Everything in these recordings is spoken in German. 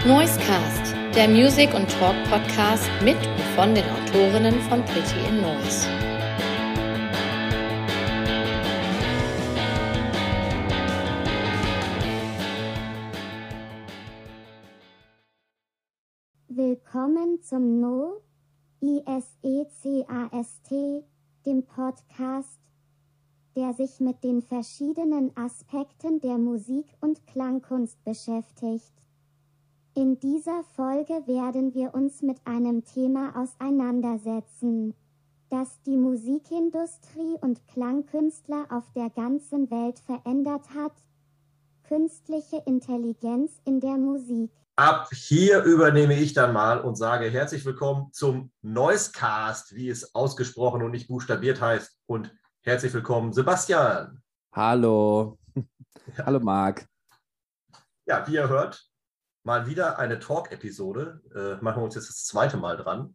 Noisecast, der Music- und Talk-Podcast mit und von den Autorinnen von Pretty in Noise. Willkommen zum NOISECAST, dem Podcast, der sich mit den verschiedenen Aspekten der Musik- und Klangkunst beschäftigt. In dieser Folge werden wir uns mit einem Thema auseinandersetzen, das die Musikindustrie und Klangkünstler auf der ganzen Welt verändert hat: künstliche Intelligenz in der Musik. Ab hier übernehme ich dann mal und sage herzlich willkommen zum Noisecast, wie es ausgesprochen und nicht buchstabiert heißt. Und herzlich willkommen, Sebastian. Hallo. Ja. Hallo, Marc. Ja, wie ihr hört, mal wieder eine Talk-Episode. Machen wir uns jetzt das zweite Mal dran.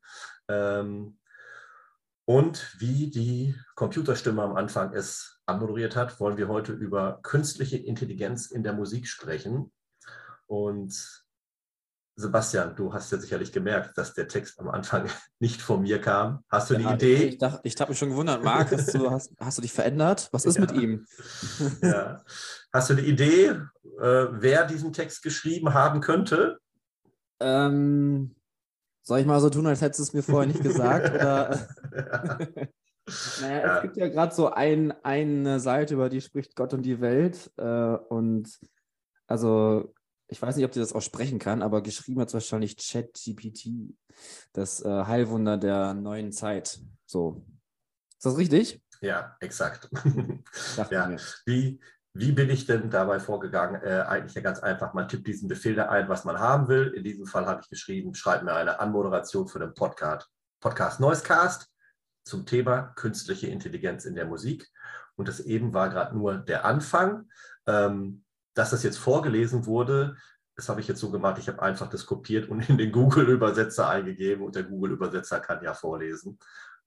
Und wie die Computerstimme am Anfang es anmoderiert hat, wollen wir heute über künstliche Intelligenz in der Musik sprechen. Und Sebastian, du hast ja sicherlich gemerkt, dass der Text am Anfang nicht von mir kam. Hast du die Idee? Ich habe mich schon gewundert, Marc, hast du dich verändert? Was ist mit ihm? Ja. Hast du die Idee, wer diesen Text geschrieben haben könnte? Soll ich mal so tun, als hättest du es mir vorher nicht gesagt? Oder? Naja, es gibt ja gerade so eine Seite, über die spricht Gott und die Welt. Und also, ich weiß nicht, ob die das auch sprechen kann, aber geschrieben hat es wahrscheinlich ChatGPT, das Heilwunder der neuen Zeit. So. Ist das richtig? Ja, exakt. Ja. Wie bin ich denn dabei vorgegangen? Eigentlich ja ganz einfach. Man tippt diesen Befehl da ein, was man haben will. In diesem Fall habe ich geschrieben, schreib mir eine Anmoderation für den Podcast Noisecast zum Thema künstliche Intelligenz in der Musik. Und das eben war gerade nur der Anfang. Dass das jetzt vorgelesen wurde, das habe ich jetzt so gemacht, ich habe einfach das kopiert und in den Google-Übersetzer eingegeben und der Google-Übersetzer kann ja vorlesen.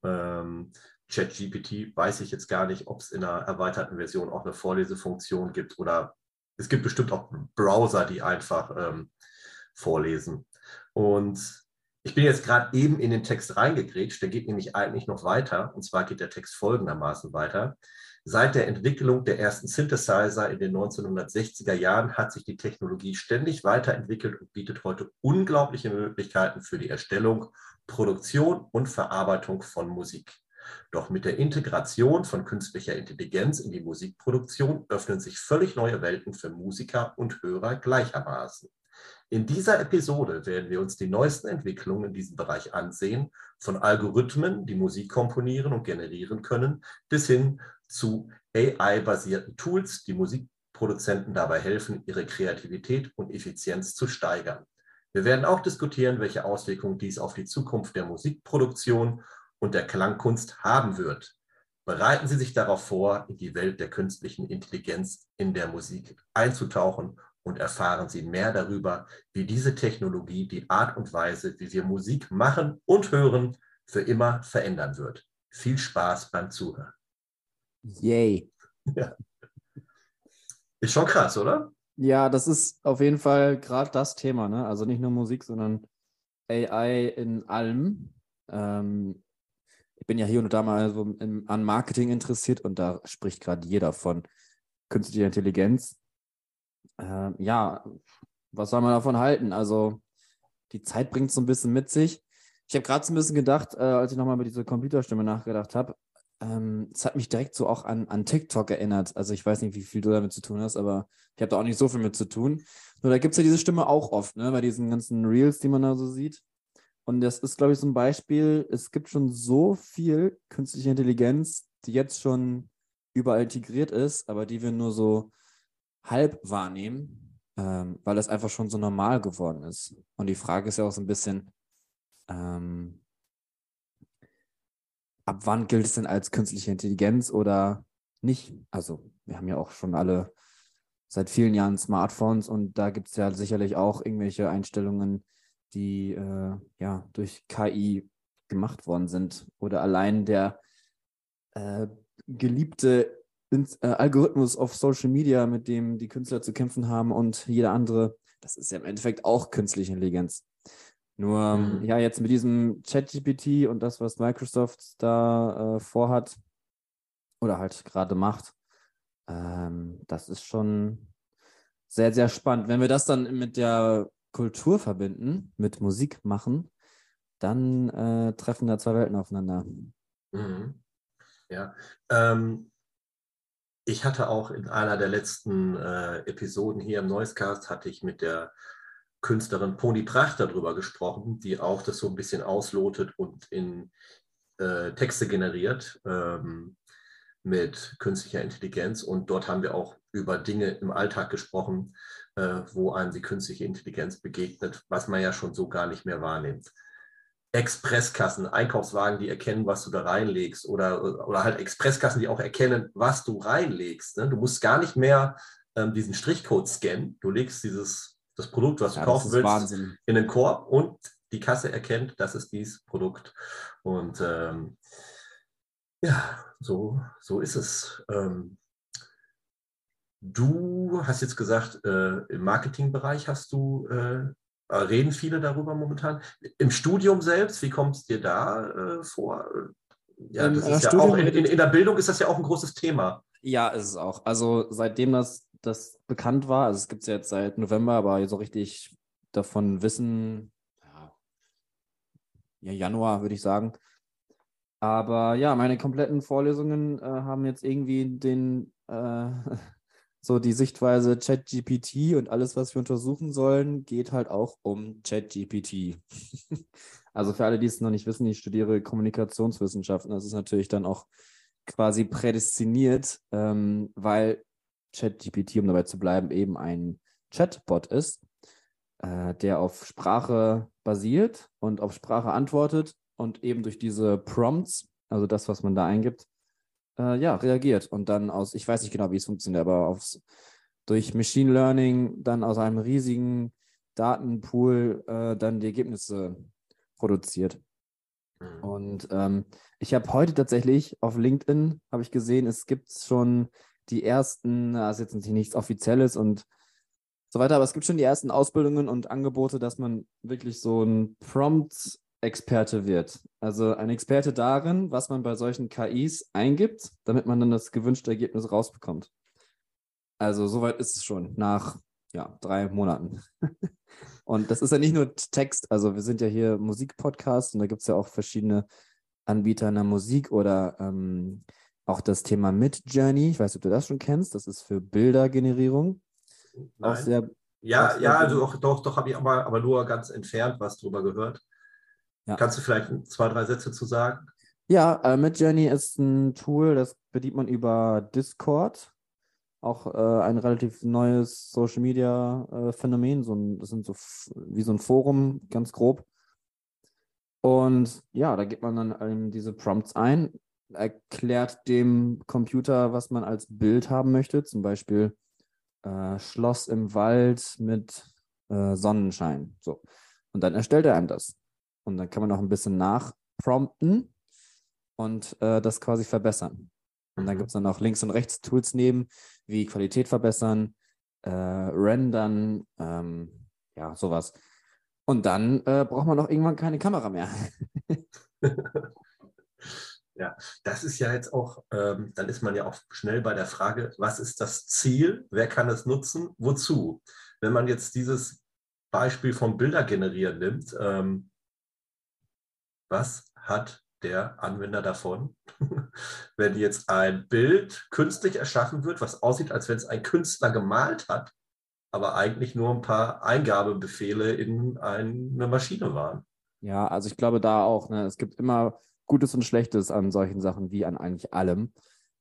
ChatGPT weiß ich jetzt gar nicht, ob es in einer erweiterten Version auch eine Vorlesefunktion gibt oder es gibt bestimmt auch Browser, die einfach vorlesen. Und ich bin jetzt gerade eben in den Text reingegrätscht, der geht nämlich eigentlich noch weiter, und zwar geht der Text folgendermaßen weiter. Seit der Entwicklung der ersten Synthesizer in den 1960er Jahren hat sich die Technologie ständig weiterentwickelt und bietet heute unglaubliche Möglichkeiten für die Erstellung, Produktion und Verarbeitung von Musik. Doch mit der Integration von künstlicher Intelligenz in die Musikproduktion öffnen sich völlig neue Welten für Musiker und Hörer gleichermaßen. In dieser Episode werden wir uns die neuesten Entwicklungen in diesem Bereich ansehen, von Algorithmen, die Musik komponieren und generieren können, bis hin zu AI-basierten Tools, die Musikproduzenten dabei helfen, ihre Kreativität und Effizienz zu steigern. Wir werden auch diskutieren, welche Auswirkungen dies auf die Zukunft der Musikproduktion und der Klangkunst haben wird. Bereiten Sie sich darauf vor, in die Welt der künstlichen Intelligenz in der Musik einzutauchen und erfahren Sie mehr darüber, wie diese Technologie die Art und Weise, wie wir Musik machen und hören, für immer verändern wird. Viel Spaß beim Zuhören. Yay. Ja. Ist schon krass, oder? Ja, das ist auf jeden Fall gerade das Thema, ne? Also nicht nur Musik, sondern AI in allem. Ich bin ja hier und da mal so an Marketing interessiert und da spricht gerade jeder von künstlicher Intelligenz. Ja, was soll man davon halten? Also die Zeit bringt es so ein bisschen mit sich. Ich habe gerade so ein bisschen gedacht, als ich nochmal mit dieser Computerstimme nachgedacht habe, es hat mich direkt so auch an TikTok erinnert. Also ich weiß nicht, wie viel du damit zu tun hast, aber ich habe da auch nicht so viel mit zu tun. Nur da gibt es ja diese Stimme auch oft, ne, bei diesen ganzen Reels, die man da so sieht. Und das ist, glaube ich, so ein Beispiel, es gibt schon so viel künstliche Intelligenz, die jetzt schon überall integriert ist, aber die wir nur so halb wahrnehmen, weil das einfach schon so normal geworden ist. Und die Frage ist ja auch so ein bisschen, ab wann gilt es denn als künstliche Intelligenz oder nicht? Also wir haben ja auch schon alle seit vielen Jahren Smartphones und da gibt es ja sicherlich auch irgendwelche Einstellungen, die ja durch KI gemacht worden sind. Oder allein der geliebte Algorithmus auf Social Media, mit dem die Künstler zu kämpfen haben und jeder andere, das ist ja im Endeffekt auch künstliche Intelligenz. Nur, ja, jetzt mit diesem ChatGPT und das, was Microsoft da vorhat oder halt gerade macht, das ist schon sehr, sehr spannend. Wenn wir das dann mit der Kultur verbinden, mit Musik machen, dann treffen da zwei Welten aufeinander. Mhm. Ja. Ich hatte auch in einer der letzten Episoden hier im Noisecast, hatte ich mit der Künstlerin Pony Pracht darüber gesprochen, die auch das so ein bisschen auslotet und in Texte generiert mit künstlicher Intelligenz. Und dort haben wir auch über Dinge im Alltag gesprochen, wo einem die künstliche Intelligenz begegnet, was man ja schon so gar nicht mehr wahrnimmt. Expresskassen, Einkaufswagen, die erkennen, was du da reinlegst, oder halt Expresskassen, die auch erkennen, was du reinlegst. Ne? Du musst gar nicht mehr diesen Strichcode scannen. Du legst das Produkt, was du kaufen willst, Wahnsinn. in den Korb und die Kasse erkennt, das ist dieses Produkt. Und ja, so ist es. Du hast jetzt gesagt, im Marketingbereich reden viele darüber momentan. Im Studium selbst, wie kommt es dir da vor? Ja, das ist ja auch in der Bildung ist das ja auch ein großes Thema. Ja, ist es auch. Also seitdem das bekannt war, also es gibt es ja jetzt seit November, aber so richtig davon wissen, ja, Januar würde ich sagen. Aber ja, meine kompletten Vorlesungen haben jetzt irgendwie so die Sichtweise ChatGPT und alles, was wir untersuchen sollen, geht halt auch um ChatGPT. Also für alle, die es noch nicht wissen, ich studiere Kommunikationswissenschaften. Das ist natürlich dann auch quasi prädestiniert, weil ChatGPT, um dabei zu bleiben, eben ein Chatbot ist, der auf Sprache basiert und auf Sprache antwortet und eben durch diese Prompts, also das, was man da eingibt, reagiert und dann ich weiß nicht genau, wie es funktioniert, aber durch Machine Learning dann aus einem riesigen Datenpool dann die Ergebnisse produziert. Und ich habe heute tatsächlich auf LinkedIn, habe ich gesehen, es gibt schon die ersten, das ist jetzt natürlich nichts Offizielles und so weiter, aber es gibt schon die ersten Ausbildungen und Angebote, dass man wirklich so ein Prompt-Experte wird. Also ein Experte darin, was man bei solchen KIs eingibt, damit man dann das gewünschte Ergebnis rausbekommt. Also soweit ist es schon, nach 3 Monaten. Und das ist ja nicht nur Text, also wir sind ja hier Musikpodcast und da gibt es ja auch verschiedene Anbieter in der Musik oder auch das Thema Midjourney. Ich weiß nicht, ob du das schon kennst, das ist für Bildergenerierung. Nein. Auch sehr, also doch habe ich aber nur ganz entfernt was drüber gehört. Ja. Kannst du vielleicht 2, 3 Sätze zu sagen? Ja, Midjourney ist ein Tool, das bedient man über Discord. Auch ein relativ neues Social Media Phänomen. Das sind so wie so ein Forum, ganz grob. Und ja, da gibt man dann diese Prompts ein, erklärt dem Computer, was man als Bild haben möchte. Zum Beispiel Schloss im Wald mit Sonnenschein. So. Und dann erstellt er einem das. Und dann kann man noch ein bisschen nachprompten und das quasi verbessern. Und dann gibt es dann auch Links- und Rechts-Tools neben, wie Qualität verbessern, rendern, sowas. Und dann braucht man doch irgendwann keine Kamera mehr. Ja, das ist ja jetzt auch, dann ist man ja auch schnell bei der Frage, was ist das Ziel, wer kann es nutzen, wozu? Wenn man jetzt dieses Beispiel vom Bilder generieren nimmt, was hat der Anwender davon, wenn jetzt ein Bild künstlich erschaffen wird, was aussieht, als wenn es ein Künstler gemalt hat, aber eigentlich nur ein paar Eingabebefehle in eine Maschine waren? Ja, also ich glaube da auch, ne, es gibt immer Gutes und Schlechtes an solchen Sachen, wie an eigentlich allem.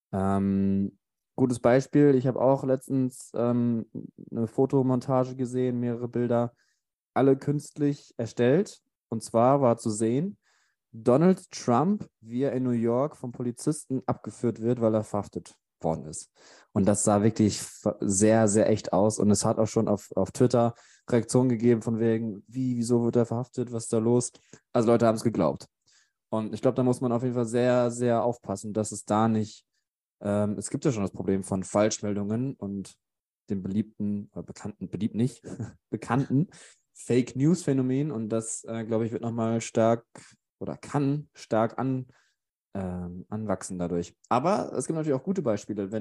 Gutes Beispiel, ich habe auch letztens eine Fotomontage gesehen, mehrere Bilder, alle künstlich erstellt. Und zwar war zu sehen, Donald Trump, wie er in New York vom Polizisten abgeführt wird, weil er verhaftet worden ist. Und das sah wirklich sehr, sehr echt aus. Und es hat auch schon auf Twitter Reaktionen gegeben von wegen, wieso wird er verhaftet, was ist da los? Also Leute haben es geglaubt. Und ich glaube, da muss man auf jeden Fall sehr, sehr aufpassen, dass es da nicht Es gibt ja schon das Problem von Falschmeldungen und dem beliebten, oder bekannten, beliebt nicht, bekannten Fake News Phänomen, und das, glaube ich, wird nochmal stark oder kann stark anwachsen dadurch. Aber es gibt natürlich auch gute Beispiele,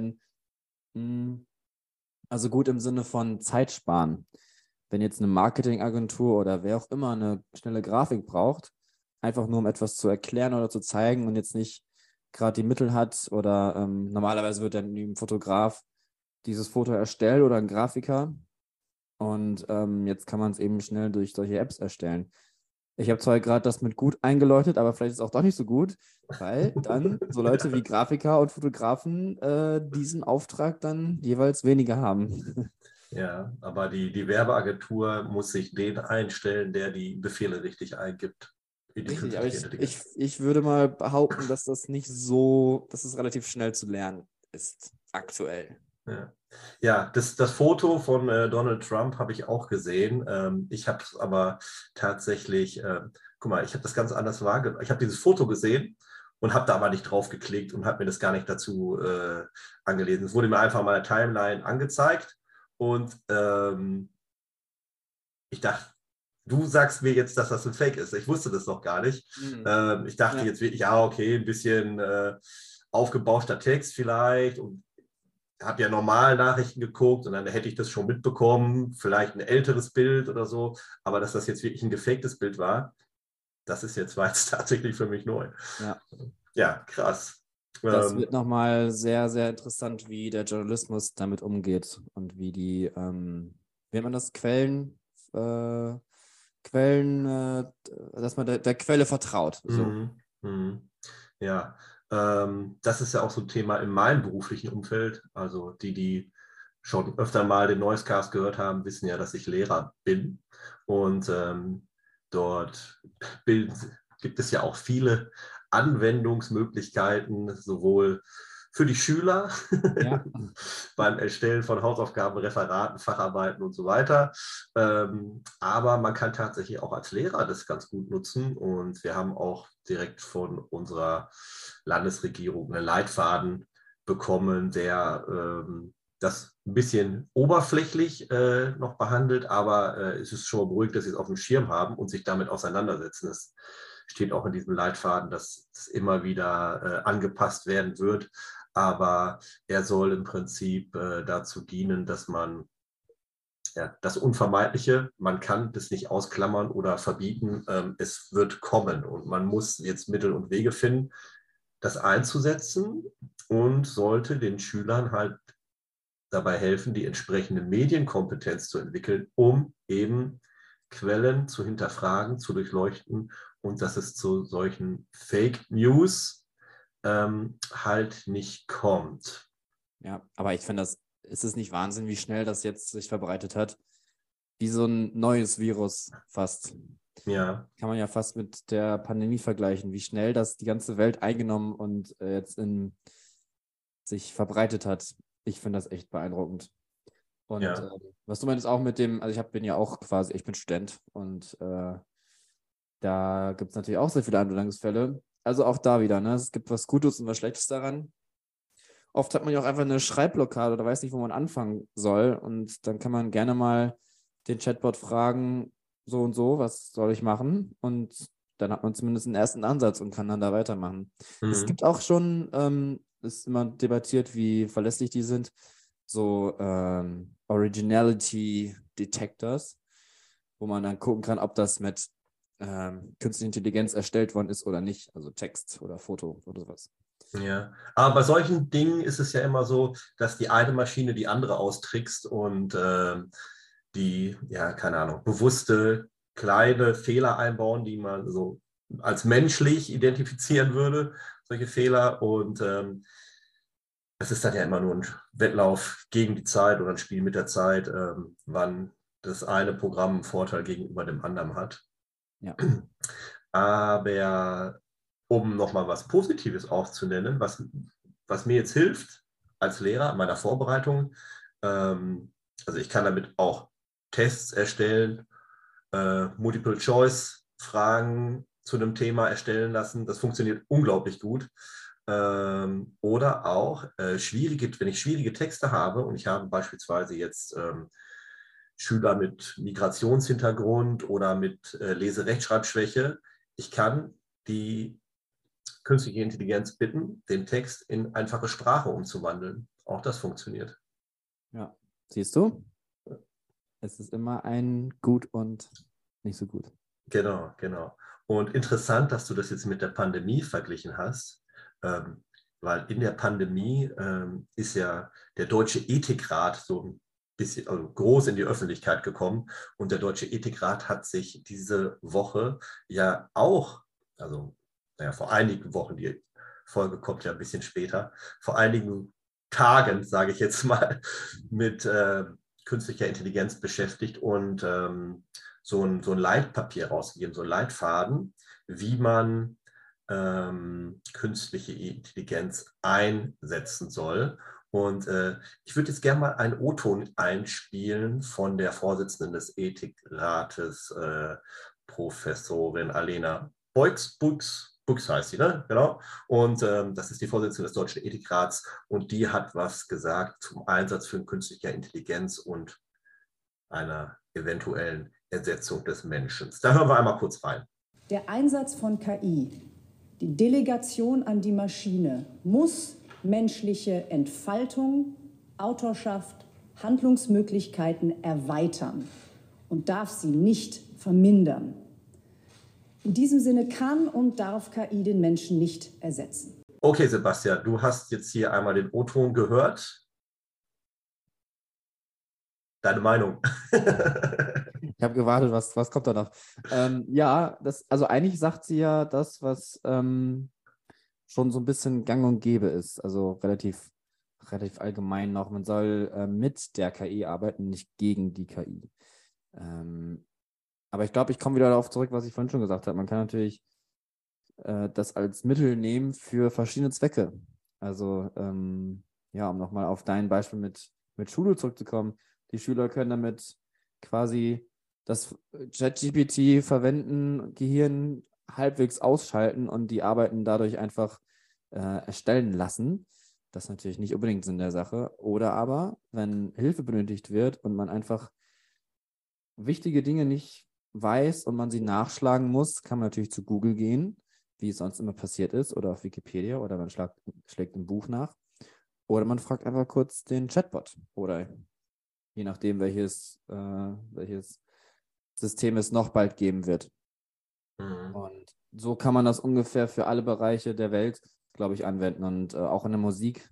also gut im Sinne von Zeit sparen. Wenn jetzt eine Marketingagentur oder wer auch immer eine schnelle Grafik braucht, einfach nur um etwas zu erklären oder zu zeigen und jetzt nicht gerade die Mittel hat, oder normalerweise wird dann ein Fotograf dieses Foto erstellen oder ein Grafiker, und jetzt kann man es eben schnell durch solche Apps erstellen. Ich habe zwar gerade das mit gut eingeläutet, aber vielleicht ist es auch doch nicht so gut, weil dann so Leute wie Grafiker und Fotografen diesen Auftrag dann jeweils weniger haben. Ja, aber die Werbeagentur muss sich den einstellen, der die Befehle richtig eingibt. In die Richtig, aber künstliche Intelligenz. ich würde mal behaupten, dass das nicht so, dass es relativ schnell zu lernen ist, aktuell. Ja, ja, das Foto von Donald Trump habe ich auch gesehen. Ich habe es aber tatsächlich, guck mal, ich habe das ganz anders wahrgenommen. Ich habe dieses Foto gesehen und habe da aber nicht drauf geklickt und habe mir das gar nicht dazu angelesen. Es wurde mir einfach mal in der Timeline angezeigt und ich dachte, du sagst mir jetzt, dass das ein Fake ist. Ich wusste das noch gar nicht. Ich dachte jetzt wirklich, ja, okay, ein bisschen aufgebauschter Text vielleicht, und habe ja normal Nachrichten geguckt und dann hätte ich das schon mitbekommen, vielleicht ein älteres Bild oder so, aber dass das jetzt wirklich ein gefaktes Bild war, war jetzt tatsächlich für mich neu. Ja. Ja, krass. Das wird nochmal sehr, sehr interessant, wie der Journalismus damit umgeht und wie die, wie nennt man das, dass man der Quelle vertraut. So. Ja, das ist ja auch so ein Thema in meinem beruflichen Umfeld. Also die schon öfter mal den Noisecast gehört haben, wissen ja, dass ich Lehrer bin. Und dort gibt es ja auch viele Anwendungsmöglichkeiten, sowohl für die Schüler Ja. beim Erstellen von Hausaufgaben, Referaten, Facharbeiten und so weiter. Aber man kann tatsächlich auch als Lehrer das ganz gut nutzen. Und wir haben auch direkt von unserer Landesregierung einen Leitfaden bekommen, der das ein bisschen oberflächlich noch behandelt, aber es ist schon beruhigt, dass sie es auf dem Schirm haben und sich damit auseinandersetzen. Es steht auch in diesem Leitfaden, dass es immer wieder angepasst werden wird, aber er soll im Prinzip dazu dienen, dass man das Unvermeidliche, man kann das nicht ausklammern oder verbieten, es wird kommen und man muss jetzt Mittel und Wege finden, das einzusetzen, und sollte den Schülern halt dabei helfen, die entsprechende Medienkompetenz zu entwickeln, um eben Quellen zu hinterfragen, zu durchleuchten, und dass es zu solchen Fake News halt nicht kommt. Ja, aber ich finde, ist es nicht Wahnsinn, wie schnell das jetzt sich verbreitet hat? Wie so ein neues Virus fast. Ja. Kann man ja fast mit der Pandemie vergleichen, wie schnell das die ganze Welt eingenommen und jetzt sich verbreitet hat. Ich finde das echt beeindruckend. Und Ja. Was du meinst auch mit dem, also ich bin ja auch quasi, ich bin Student, und da gibt es natürlich auch sehr viele Anwendungsfälle. Also auch da wieder, ne? Es gibt was Gutes und was Schlechtes daran. Oft hat man ja auch einfach eine Schreibblockade oder weiß nicht, wo man anfangen soll. Und dann kann man gerne mal den Chatbot fragen, so und so, was soll ich machen? Und dann hat man zumindest einen ersten Ansatz und kann dann da weitermachen. Es gibt auch schon, ist immer debattiert, wie verlässlich die sind, so Originality Detectors, wo man dann gucken kann, ob das mit künstlicher Intelligenz erstellt worden ist oder nicht, also Text oder Foto oder sowas. Ja, aber bei solchen Dingen ist es ja immer so, dass die eine Maschine die andere austrickst und die, ja, keine Ahnung, bewusste kleine Fehler einbauen, die man so als menschlich identifizieren würde, solche Fehler. Und es ist dann ja immer nur ein Wettlauf gegen die Zeit oder ein Spiel mit der Zeit, wann das eine Programm einen Vorteil gegenüber dem anderen hat. Ja. Aber um nochmal was Positives aufzunennen, was mir jetzt hilft als Lehrer an meiner Vorbereitung, also ich kann damit auch Tests erstellen, Multiple-Choice-Fragen zu einem Thema erstellen lassen. Das funktioniert unglaublich gut. Oder auch wenn ich schwierige Texte habe und ich habe beispielsweise jetzt Schüler mit Migrationshintergrund oder mit Leserechtschreibschwäche, ich kann die künstliche Intelligenz bitten, den Text in einfache Sprache umzuwandeln. Auch das funktioniert. Ja, siehst du? Es ist immer ein gut und nicht so gut. Genau, genau. Und interessant, dass du das jetzt mit der Pandemie verglichen hast, weil in der Pandemie ist ja der Deutsche Ethikrat so ein bisschen groß in die Öffentlichkeit gekommen und der Deutsche Ethikrat hat sich diese Woche ja auch, also vor einigen Wochen, die Folge kommt ja ein bisschen später, vor einigen Tagen, sage ich jetzt mal, mit künstlicher Intelligenz beschäftigt und so ein Leitpapier rausgegeben, so ein Leitfaden, wie man künstliche Intelligenz einsetzen soll. Und ich würde jetzt gerne mal einen O-Ton einspielen von der Vorsitzenden des Ethikrates, Professorin Alena Bux heißt sie, ne? Genau. Und das ist die Vorsitzende des Deutschen Ethikrats und die hat was gesagt zum Einsatz von künstlicher Intelligenz und einer eventuellen Ersetzung des Menschen. Da hören wir einmal kurz rein. Der Einsatz von KI, die Delegation an die Maschine, muss menschliche Entfaltung, Autorschaft, Handlungsmöglichkeiten erweitern und darf sie nicht vermindern. In diesem Sinne kann und darf KI den Menschen nicht ersetzen. Okay, Sebastian, du hast jetzt hier einmal den O-Ton gehört. Deine Meinung? Ich habe gewartet, was kommt da noch? Ja, also eigentlich sagt sie ja das, was schon so ein bisschen gang und gäbe ist. Also relativ allgemein noch. Man soll mit der KI arbeiten, nicht gegen die KI. Aber ich glaube, ich komme wieder darauf zurück, was ich vorhin schon gesagt habe. Man kann natürlich das als Mittel nehmen für verschiedene Zwecke. Also, ja, um nochmal auf dein Beispiel mit Schule zurückzukommen. Die Schüler können damit quasi das ChatGPT verwenden, Gehirn halbwegs ausschalten und die Arbeiten dadurch einfach erstellen lassen. Das ist natürlich nicht unbedingt Sinn der Sache. Oder aber, wenn Hilfe benötigt wird und man einfach wichtige Dinge nicht weiß und man sie nachschlagen muss, kann man natürlich zu Google gehen, wie es sonst immer passiert ist, oder auf Wikipedia, oder man schlägt ein Buch nach. Oder man fragt einfach kurz den Chatbot. Oder je nachdem, welches System es noch bald geben wird. Mhm. Und so kann man das ungefähr für alle Bereiche der Welt, glaube ich, anwenden. Und auch in der Musik.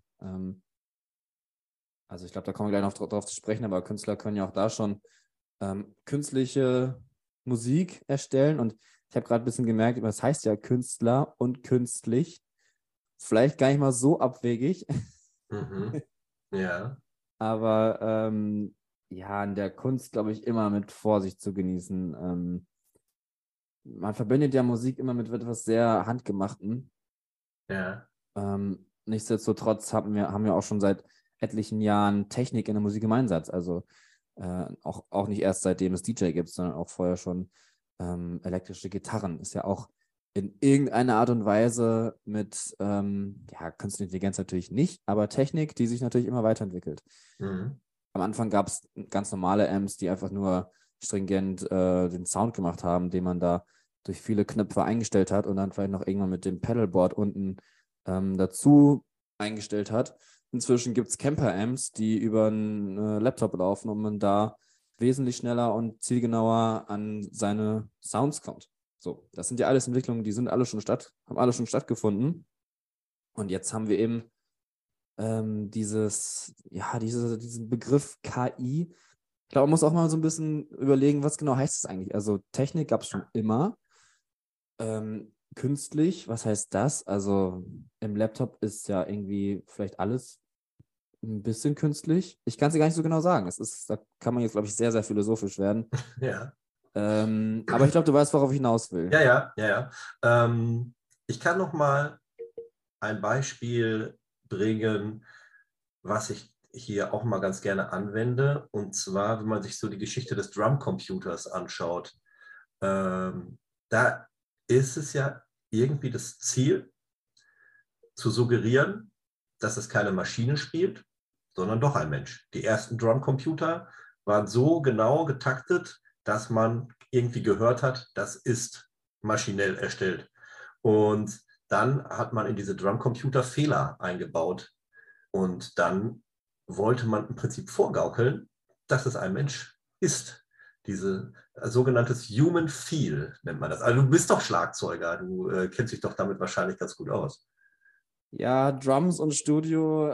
Also ich glaube, da kommen wir gleich noch drauf zu sprechen, aber Künstler können ja auch da schon künstliche Musik erstellen. Und ich habe gerade ein bisschen gemerkt, das heißt ja Künstler und künstlich. Vielleicht gar nicht mal so abwegig. Mhm. Ja. Aber ja, in der Kunst, glaube ich, immer mit Vorsicht zu genießen. Man verbindet ja Musik immer mit etwas sehr Handgemachtem. Ja. Nichtsdestotrotz haben wir auch schon seit etlichen Jahren Technik in der Musik im Einsatz. Also auch nicht erst seitdem es DJ gibt, sondern auch vorher schon elektrische Gitarren. Ist ja auch in irgendeiner Art und Weise mit künstlicher Intelligenz natürlich nicht, aber Technik, die sich natürlich immer weiterentwickelt. Mhm. Am Anfang gab es ganz normale Amps, die einfach nur stringent den Sound gemacht haben, den man da durch viele Knöpfe eingestellt hat und dann vielleicht noch irgendwann mit dem Pedalboard unten dazu eingestellt hat. Inzwischen gibt es Camper-Amps, die über einen Laptop laufen und man da wesentlich schneller und zielgenauer an seine Sounds kommt. So, das sind ja alles Entwicklungen, die sind haben alle schon stattgefunden. Und jetzt haben wir eben diesen Begriff KI. Ich glaube, man muss auch mal so ein bisschen überlegen, was genau heißt es eigentlich? Also Technik gab es schon immer. Künstlich, was heißt das? Also im Laptop ist ja irgendwie vielleicht alles ein bisschen künstlich. Ich kann es dir gar nicht so genau sagen. Da kann man jetzt, glaube ich, sehr, sehr philosophisch werden. Ja. Aber ich glaube, du weißt, worauf ich hinaus will. Ja. Ich kann noch mal ein Beispiel bringen, was ich hier auch mal ganz gerne anwende. Und zwar, wenn man sich so die Geschichte des Drumcomputers anschaut. Da ist es ja irgendwie das Ziel, zu suggerieren, dass es keine Maschine spielt, sondern doch ein Mensch. Die ersten Drumcomputer waren so genau getaktet, dass man irgendwie gehört hat, das ist maschinell erstellt. Und dann hat man in diese Drumcomputer Fehler eingebaut. Und dann wollte man im Prinzip vorgaukeln, dass es ein Mensch ist. Diese sogenanntes Human Feel nennt man das. Also du bist doch Schlagzeuger, du kennst dich doch damit wahrscheinlich ganz gut aus. Ja, Drums und Studio.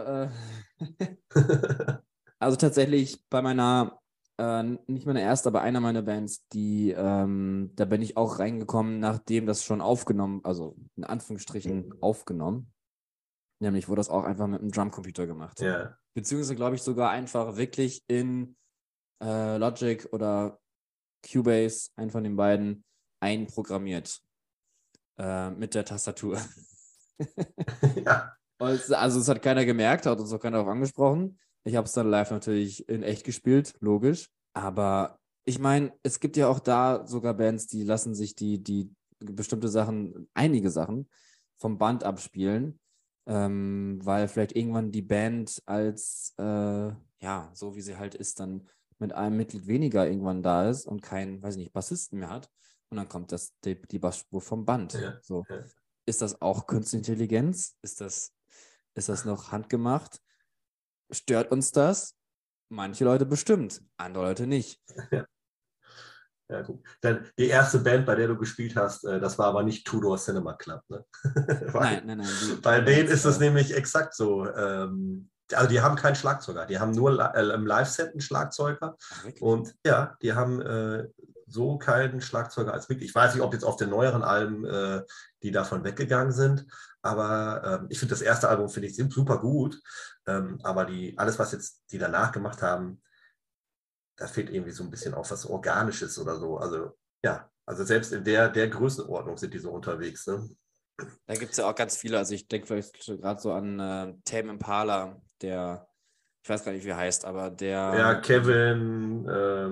Also tatsächlich bei meiner, nicht meine erste, aber einer meiner Bands, da bin ich auch reingekommen, nachdem das schon aufgenommen, also in Anführungsstrichen aufgenommen. Nämlich wurde das auch einfach mit einem Drumcomputer gemacht. Ja. Beziehungsweise, glaube ich, sogar einfach wirklich in Logic oder Cubase, einen von den beiden, einprogrammiert. Mit der Tastatur. Ja. Also es hat keiner gemerkt, hat uns auch keiner darauf angesprochen. Ich habe es dann live natürlich in echt gespielt, logisch. Aber ich meine, es gibt ja auch da sogar Bands, die lassen sich die bestimmte Sachen, einige Sachen vom Band abspielen, weil vielleicht irgendwann die Band als, so wie sie halt ist, dann mit einem Mitglied weniger irgendwann da ist und keinen, weiß ich nicht, Bassisten mehr hat. Und dann kommt die Bassspur vom Band. Ja. So. Ja. Ist das auch Künstliche Intelligenz? Ist das noch handgemacht? Stört uns das? Manche Leute bestimmt, andere Leute nicht. Ja, gut. Dann die erste Band, bei der du gespielt hast, das war aber nicht Tudor Cinema Club, ne? Nein. Bei denen ist es nämlich exakt so. Also die haben keinen Schlagzeuger, die haben nur im Live-Set einen Schlagzeuger. Ach, wirklich? Und ja, die haben so keinen Schlagzeuger als Mitglied. Ich weiß nicht, ob jetzt auf den neueren Alben die davon weggegangen sind, aber ich finde das erste Album, finde ich, super gut. Aber alles, was jetzt die danach gemacht haben, da fehlt irgendwie so ein bisschen auch was Organisches oder so. Also ja, also selbst in der Größenordnung sind die so unterwegs. Ne? Da gibt es ja auch ganz viele. Also ich denke vielleicht gerade so an Tame Impala, der, ich weiß gar nicht, wie er heißt, aber der... Ja, Kevin,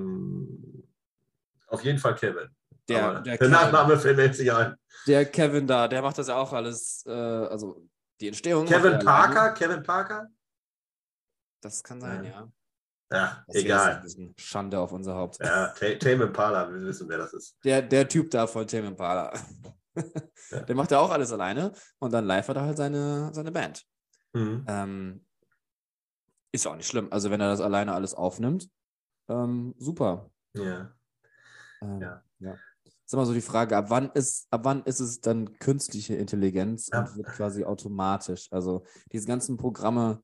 auf jeden Fall Kevin. Der Nachname fällt sich ein. Der Kevin da, der macht das ja auch alles, also die Entstehung... Kevin Parker? Das kann sein, ja. Ja, das egal. Ist ein bisschen Schande auf unser Haupt. Ja, Tame Impala, wir wissen, wer das ist. Der Typ da von Tame Impala. Ja. Der macht ja auch alles alleine und dann live hat er halt seine Band. Mhm. Ist auch nicht schlimm. Also wenn er das alleine alles aufnimmt, super. Ja. Ja. Ist immer so die Frage, ab wann ist es dann künstliche Intelligenz und wird quasi automatisch? Also diese ganzen Programme,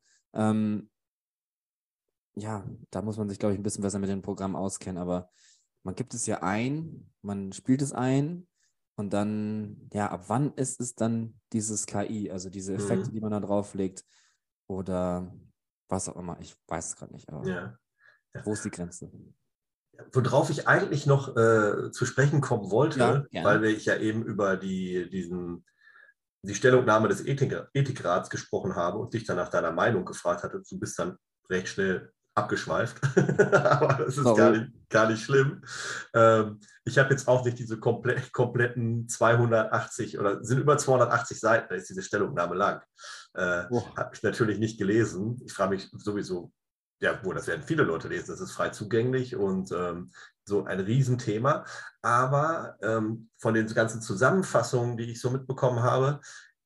da muss man sich, glaube ich, ein bisschen besser mit den Programmen auskennen, aber man gibt es ja ein, man spielt es ein und dann, ab wann ist es dann dieses KI, also diese Effekte, die man da drauflegt oder was auch immer, ich weiß es gerade nicht, aber wo ist die Grenze? Worauf ich eigentlich noch zu sprechen kommen wollte, weil ich ja eben über die Stellungnahme des Ethikrats gesprochen habe und dich dann nach deiner Meinung gefragt hatte, du bist dann recht schnell abgeschweift, aber das ist gar nicht schlimm. Ich habe jetzt auch nicht diese kompletten 280 oder sind über 280 Seiten, da ist diese Stellungnahme lang. Habe ich natürlich nicht gelesen. Ich frage mich sowieso, das werden viele Leute lesen, das ist frei zugänglich und so ein Riesenthema. Aber von den ganzen Zusammenfassungen, die ich so mitbekommen habe,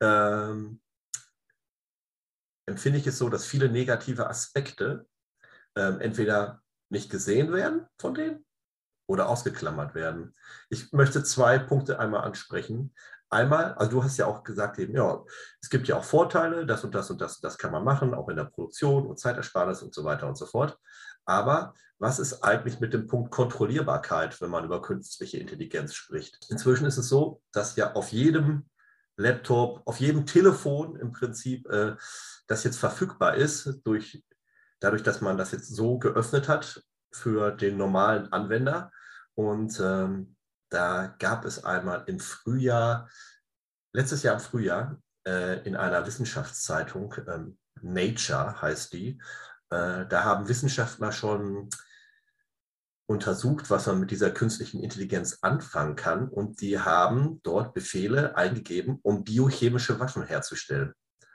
empfinde ich es so, dass viele negative Aspekte entweder nicht gesehen werden von denen oder ausgeklammert werden. Ich möchte 2 Punkte einmal ansprechen. Einmal, also du hast ja auch gesagt, eben, es gibt ja auch Vorteile, das und das und das, das kann man machen, auch in der Produktion und Zeitersparnis und so weiter und so fort. Aber was ist eigentlich mit dem Punkt Kontrollierbarkeit, wenn man über künstliche Intelligenz spricht? Inzwischen ist es so, dass ja auf jedem Laptop, auf jedem Telefon im Prinzip das jetzt verfügbar ist, dadurch, dass man das jetzt so geöffnet hat für den normalen Anwender. Und da gab es einmal letztes Jahr im Frühjahr, in einer Wissenschaftszeitung, Nature heißt die, da haben Wissenschaftler schon untersucht, was man mit dieser künstlichen Intelligenz anfangen kann. Und die haben dort Befehle eingegeben, um biochemische Waffen herzustellen.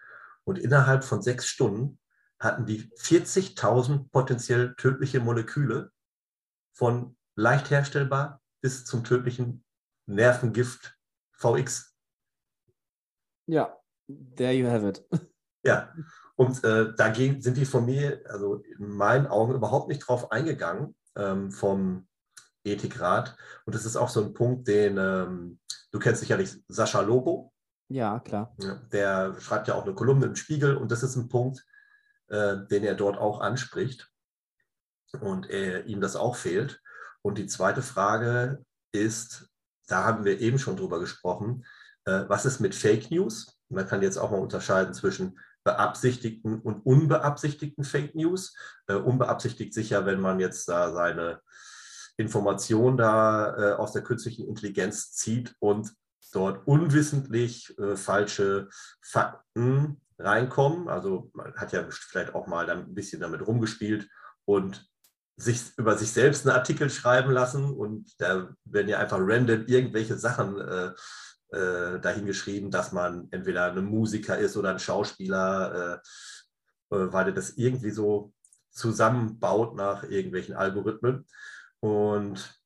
Und innerhalb von 6 Stunden hatten die 40.000 potenziell tödliche Moleküle von leicht herstellbar bis zum tödlichen Nervengift VX. Ja, there you have it. Ja, und dagegen sind die von mir, also in meinen Augen, überhaupt nicht drauf eingegangen, vom Ethikrat. Und das ist auch so ein Punkt, den, du kennst sicherlich Sascha Lobo. Ja, klar. Ja, der schreibt ja auch eine Kolumne im Spiegel und das ist ein Punkt, den er dort auch anspricht und ihm das auch fehlt. Und die zweite Frage ist, da haben wir eben schon drüber gesprochen, was ist mit Fake News? Man kann jetzt auch mal unterscheiden zwischen beabsichtigten und unbeabsichtigten Fake News. Unbeabsichtigt sicher, wenn man jetzt da seine Information da aus der künstlichen Intelligenz zieht und dort unwissentlich falsche Fakten reinkommen. Also man hat ja vielleicht auch mal ein bisschen damit rumgespielt und sich über sich selbst einen Artikel schreiben lassen und da werden ja einfach random irgendwelche Sachen dahingeschrieben, dass man entweder ein Musiker ist oder ein Schauspieler, weil er das irgendwie so zusammenbaut nach irgendwelchen Algorithmen. Und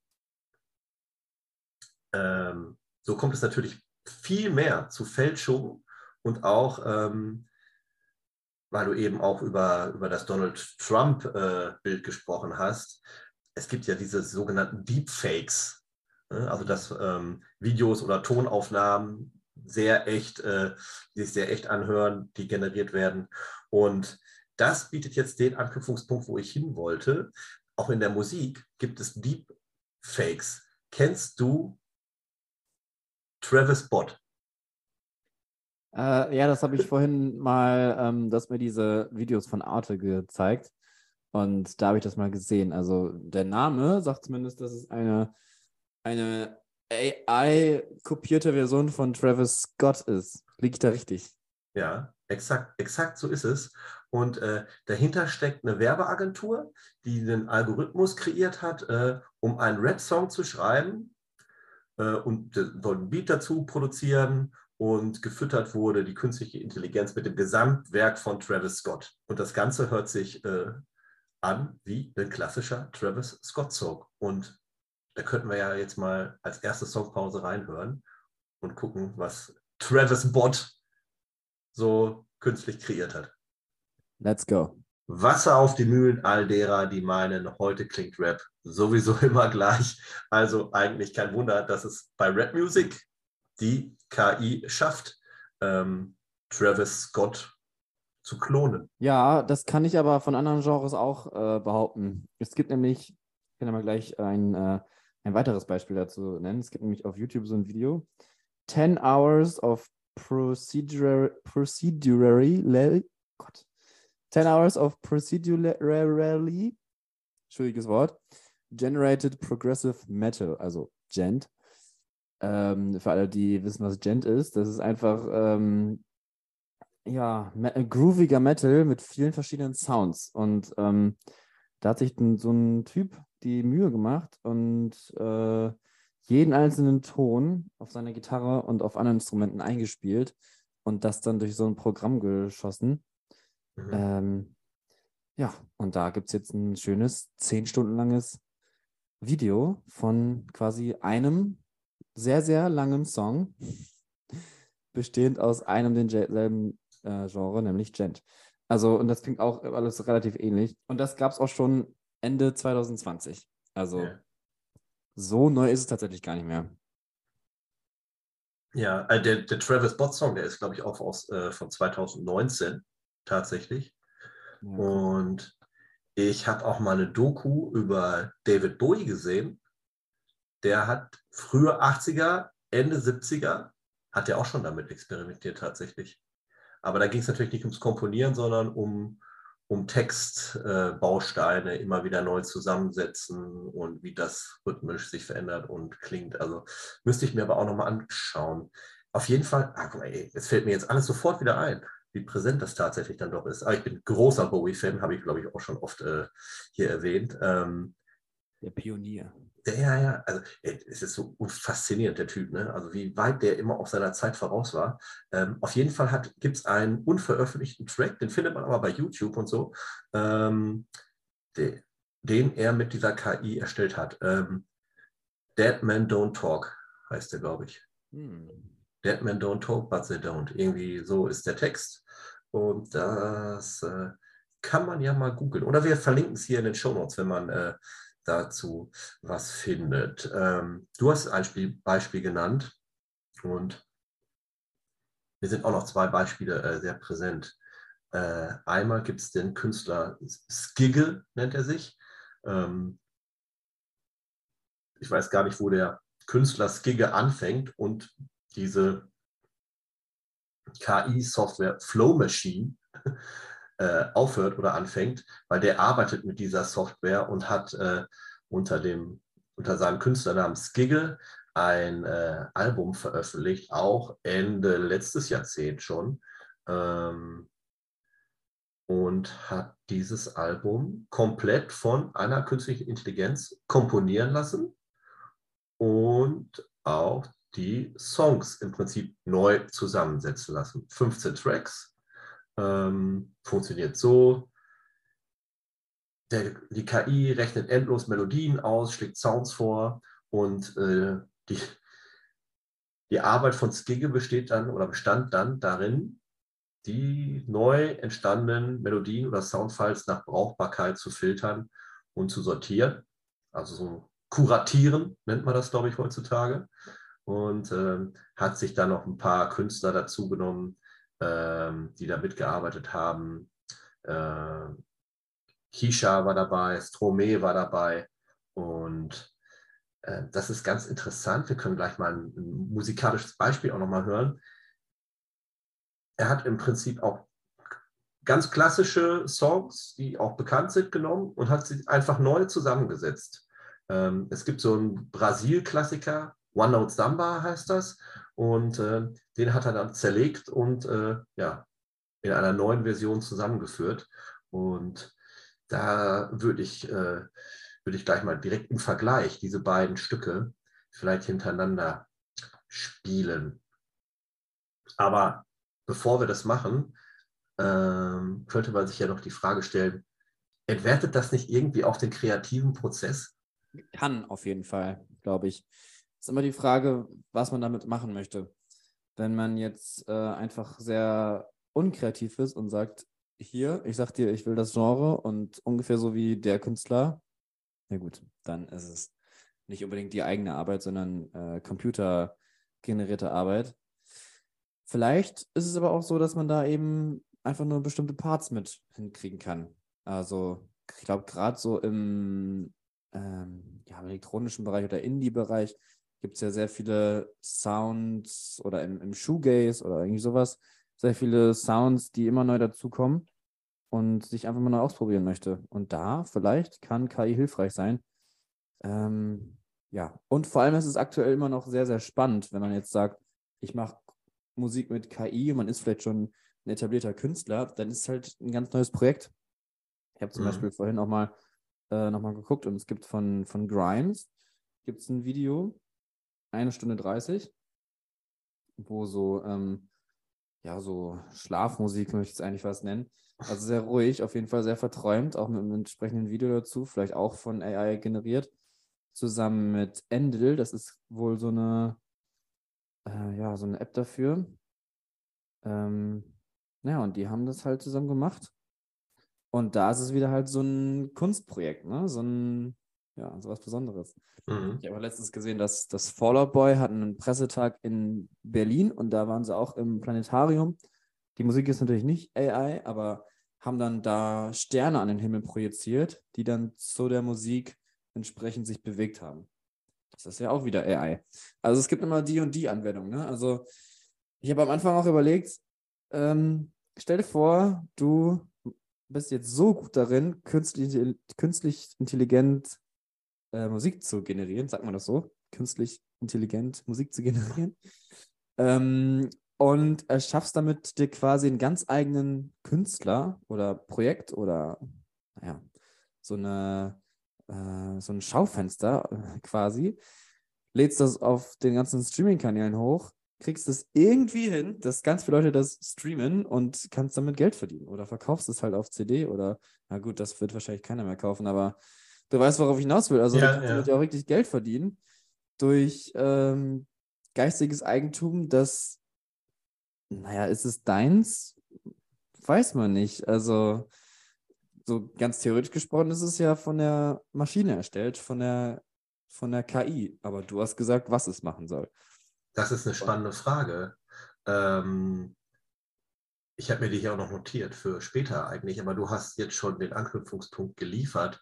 so kommt es natürlich viel mehr zu Fälschungen und auch, weil du eben auch über das Donald Trump-Bild gesprochen hast, es gibt ja diese sogenannten Deepfakes, also dass Videos oder Tonaufnahmen die sich sehr echt anhören, die generiert werden. Und das bietet jetzt den Anknüpfungspunkt, wo ich hin wollte. Auch in der Musik gibt es Deepfakes. Kennst du Travis Scott? Ja, das habe ich vorhin mal, dass mir diese Videos von Arte gezeigt und da habe ich das mal gesehen. Also der Name sagt zumindest, dass es eine AI-kopierte Version von Travis Scott ist. Liege ich da richtig? Ja, exakt so ist es. Und dahinter steckt eine Werbeagentur, die den Algorithmus kreiert hat, um einen Rap-Song zu schreiben und einen Beat dazu produzieren und gefüttert wurde die künstliche Intelligenz mit dem Gesamtwerk von Travis Scott. Und das Ganze hört sich an wie ein klassischer Travis Scott-Song. Und da könnten wir ja jetzt mal als erste Songpause reinhören und gucken, was Travis Bot so künstlich kreiert hat. Let's go. Wasser auf die Mühlen all derer, die meinen, heute klingt Rap sowieso immer gleich. Also eigentlich kein Wunder, dass es bei Rap Music die KI schafft, Travis Scott zu klonen. Ja, das kann ich aber von anderen Genres auch behaupten. Es gibt nämlich, ich kann ja mal gleich ein weiteres Beispiel dazu nennen. Es gibt nämlich auf YouTube so ein Video, 10 Hours of procedurally schwieriges Wort, generated progressive metal, also Gent. Für alle, die wissen, was Gent ist, das ist einfach grooviger Metal mit vielen verschiedenen Sounds. Und da hat sich so ein Typ die Mühe gemacht und jeden einzelnen Ton auf seiner Gitarre und auf anderen Instrumenten eingespielt und das dann durch so ein Programm geschossen. Mhm. Und da gibt es jetzt ein schönes 10 Stunden langes Video von quasi einem sehr, sehr langen Song, bestehend aus einem denselben Genre, nämlich Gent. Also, und das klingt auch alles relativ ähnlich. Und das gab es auch schon Ende 2020. Also, so neu ist es tatsächlich gar nicht mehr. Ja, der Travis Scott Song, der ist, glaube ich, auch von 2019 tatsächlich. Ja, und ich habe auch mal eine Doku über David Bowie gesehen. Der hat frühe 80er, Ende 70er, hat er auch schon damit experimentiert tatsächlich. Aber da ging es natürlich nicht ums Komponieren, sondern um Textbausteine immer wieder neu zusammensetzen und wie das rhythmisch sich verändert und klingt. Also müsste ich mir aber auch nochmal anschauen. Auf jeden Fall, guck mal, es fällt mir jetzt alles sofort wieder ein, wie präsent das tatsächlich dann doch ist. Aber ich bin großer Bowie-Fan, habe ich, glaube ich, auch schon oft hier erwähnt. Der Pionier. Ja, also es ist so faszinierend, der Typ, ne? Also wie weit der immer auf seiner Zeit voraus war. Auf jeden Fall gibt es einen unveröffentlichten Track, den findet man aber bei YouTube und so, den er mit dieser KI erstellt hat. Dead Men Don't Talk heißt der, glaube ich. Dead Men Don't Talk, but they don't. Irgendwie so ist der Text. Und das kann man ja mal googeln. Oder wir verlinken es hier in den Shownotes, wenn man dazu was findet. Du hast ein Beispiel genannt und mir sind auch noch zwei Beispiele sehr präsent. Einmal gibt es den Künstler Skiggle, nennt er sich. Ich weiß gar nicht, wo der Künstler Skiggle anfängt und diese KI-Software Flow Machine aufhört oder anfängt, weil der arbeitet mit dieser Software und hat unter seinem Künstlernamen Skiggle ein Album veröffentlicht, auch Ende letztes Jahrzehnt schon, und hat dieses Album komplett von einer künstlichen Intelligenz komponieren lassen und auch die Songs im Prinzip neu zusammensetzen lassen. 15 Tracks, funktioniert so. Die KI rechnet endlos Melodien aus, schlägt Sounds vor und die Arbeit von Skiggle bestand dann darin, die neu entstandenen Melodien oder Soundfiles nach Brauchbarkeit zu filtern und zu sortieren. Also so kuratieren nennt man das, glaube ich, heutzutage. Und hat sich dann noch ein paar Künstler dazu genommen, die da mitgearbeitet haben. Kisha war dabei, Stromae war dabei und das ist ganz interessant. Wir können gleich mal ein musikalisches Beispiel auch nochmal hören. Er hat im Prinzip auch ganz klassische Songs, die auch bekannt sind, genommen und hat sie einfach neu zusammengesetzt. Es gibt so einen Brasil-Klassiker, One Note Samba heißt das, und den hat er dann zerlegt und in einer neuen Version zusammengeführt. Und da würde ich gleich mal direkt im Vergleich diese beiden Stücke vielleicht hintereinander spielen. Aber bevor wir das machen, könnte man sich ja noch die Frage stellen, entwertet das nicht irgendwie auch den kreativen Prozess? Kann auf jeden Fall, glaube ich. Es ist immer die Frage, was man damit machen möchte. Wenn man jetzt einfach sehr unkreativ ist und sagt, hier, ich sag dir, ich will das Genre und ungefähr so wie der Künstler, na gut, dann ist es nicht unbedingt die eigene Arbeit, sondern computergenerierte Arbeit. Vielleicht ist es aber auch so, dass man da eben einfach nur bestimmte Parts mit hinkriegen kann. Also ich glaube, gerade so im elektronischen Bereich oder Indie-Bereich gibt es ja sehr viele Sounds oder im Shoegaze oder irgendwie sowas, sehr viele Sounds, die immer neu dazukommen und sich einfach mal neu ausprobieren möchte. Und da vielleicht kann KI hilfreich sein. Und vor allem ist es aktuell immer noch sehr, sehr spannend, wenn man jetzt sagt, ich mache Musik mit KI und man ist vielleicht schon ein etablierter Künstler, dann ist es halt ein ganz neues Projekt. Ich habe zum Beispiel vorhin auch mal nochmal geguckt und es gibt von Grimes gibt es ein Video, 1 Stunde 30, wo so so Schlafmusik möchte ich es eigentlich fast nennen. Also sehr ruhig, auf jeden Fall sehr verträumt, auch mit einem entsprechenden Video dazu, vielleicht auch von AI generiert, zusammen mit Endel, das ist wohl so eine App dafür. Und die haben das halt zusammen gemacht. Und da ist es wieder halt so ein Kunstprojekt, ne? So was Besonderes. Ich habe letztens gesehen, dass das Fall Out Boy hat einen Pressetag in Berlin und da waren sie auch im Planetarium. Die Musik ist natürlich nicht AI, aber haben dann da Sterne an den Himmel projiziert, die dann zu der Musik entsprechend sich bewegt haben. Das ist ja auch wieder AI. Also es gibt immer die und die Anwendung, ne? Also ich habe am Anfang auch überlegt, stell dir vor, du bist jetzt so gut darin, künstlich intelligent Musik zu generieren, sagt man das so? Künstlich intelligent Musik zu generieren. Und schaffst damit dir quasi einen ganz eigenen Künstler oder Projekt oder so eine so ein Schaufenster quasi, lädst das auf den ganzen Streaming-Kanälen hoch, kriegst es irgendwie hin, dass ganz viele Leute das streamen und kannst damit Geld verdienen. Oder verkaufst es halt auf CD oder, na gut, das wird wahrscheinlich keiner mehr kaufen, aber du weißt, worauf ich hinaus will. Also du kannst damit ja auch richtig Geld verdienen durch geistiges Eigentum, das, naja, ist es deins? Weiß man nicht. Also so ganz theoretisch gesprochen ist es ja von der Maschine erstellt, von der KI. Aber du hast gesagt, was es machen soll. Das ist eine spannende Frage. Ich habe mir die hier auch noch notiert für später eigentlich, aber du hast jetzt schon den Anknüpfungspunkt geliefert,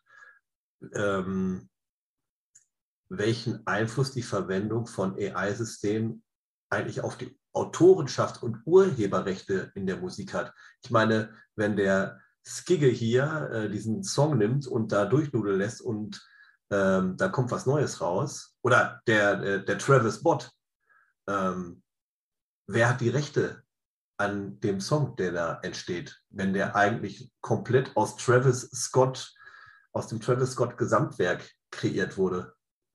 welchen Einfluss die Verwendung von AI-Systemen eigentlich auf die Autorenschaft und Urheberrechte in der Musik hat. Ich meine, wenn der Skigge hier diesen Song nimmt und da durchnudeln lässt und da kommt was Neues raus, oder der Travis Bott, wer hat die Rechte an dem Song, der da entsteht, wenn der eigentlich komplett aus dem Travis Scott Gesamtwerk kreiert wurde?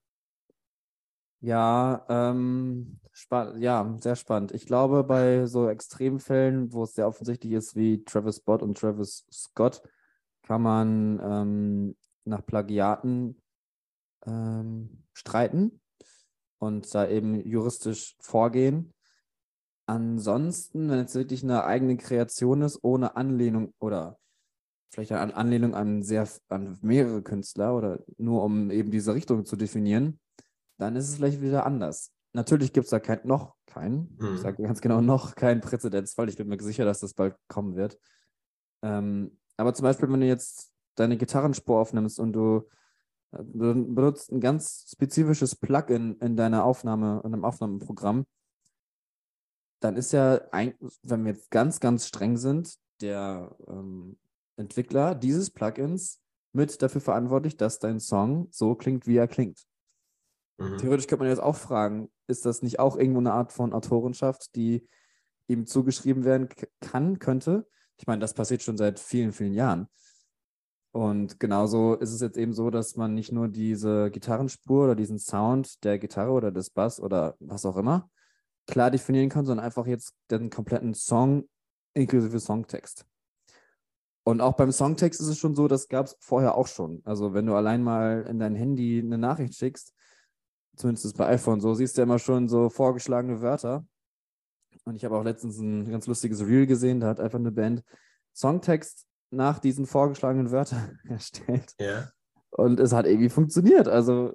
Ja, ja, sehr spannend. Ich glaube, bei so Extremfällen, wo es sehr offensichtlich ist, wie Travis Scott und Travis Scott, kann man nach Plagiaten streiten und da eben juristisch vorgehen. Ansonsten, wenn es wirklich eine eigene Kreation ist, ohne Anlehnung oder vielleicht eine Anlehnung an mehrere Künstler oder nur um eben diese Richtung zu definieren, dann ist es vielleicht wieder anders. Natürlich gibt es da keinen, ich sage ganz genau, noch keinen Präzedenzfall. Ich bin mir sicher, dass das bald kommen wird. Aber zum Beispiel, wenn du jetzt deine Gitarrenspur aufnimmst und du benutzt ein ganz spezifisches Plugin in deiner Aufnahme, in einem Aufnahmeprogramm, dann ist ja, wenn wir jetzt ganz, ganz streng sind, der Entwickler dieses Plugins mit dafür verantwortlich, dass dein Song so klingt, wie er klingt. Theoretisch könnte man jetzt auch fragen, ist das nicht auch irgendwo eine Art von Autorenschaft, die ihm zugeschrieben werden könnte? Ich meine, das passiert schon seit vielen, vielen Jahren. Und genauso ist es jetzt eben so, dass man nicht nur diese Gitarrenspur oder diesen Sound der Gitarre oder des Bass oder was auch immer klar definieren kann, sondern einfach jetzt den kompletten Song inklusive Songtext. Und auch beim Songtext ist es schon so, das gab es vorher auch schon. Also wenn du allein mal in dein Handy eine Nachricht schickst, zumindest ist bei iPhone so, siehst du ja immer schon so vorgeschlagene Wörter. Und ich habe auch letztens ein ganz lustiges Reel gesehen, da hat einfach eine Band Songtext nach diesen vorgeschlagenen Wörtern erstellt. Ja. Und es hat irgendwie funktioniert. Also,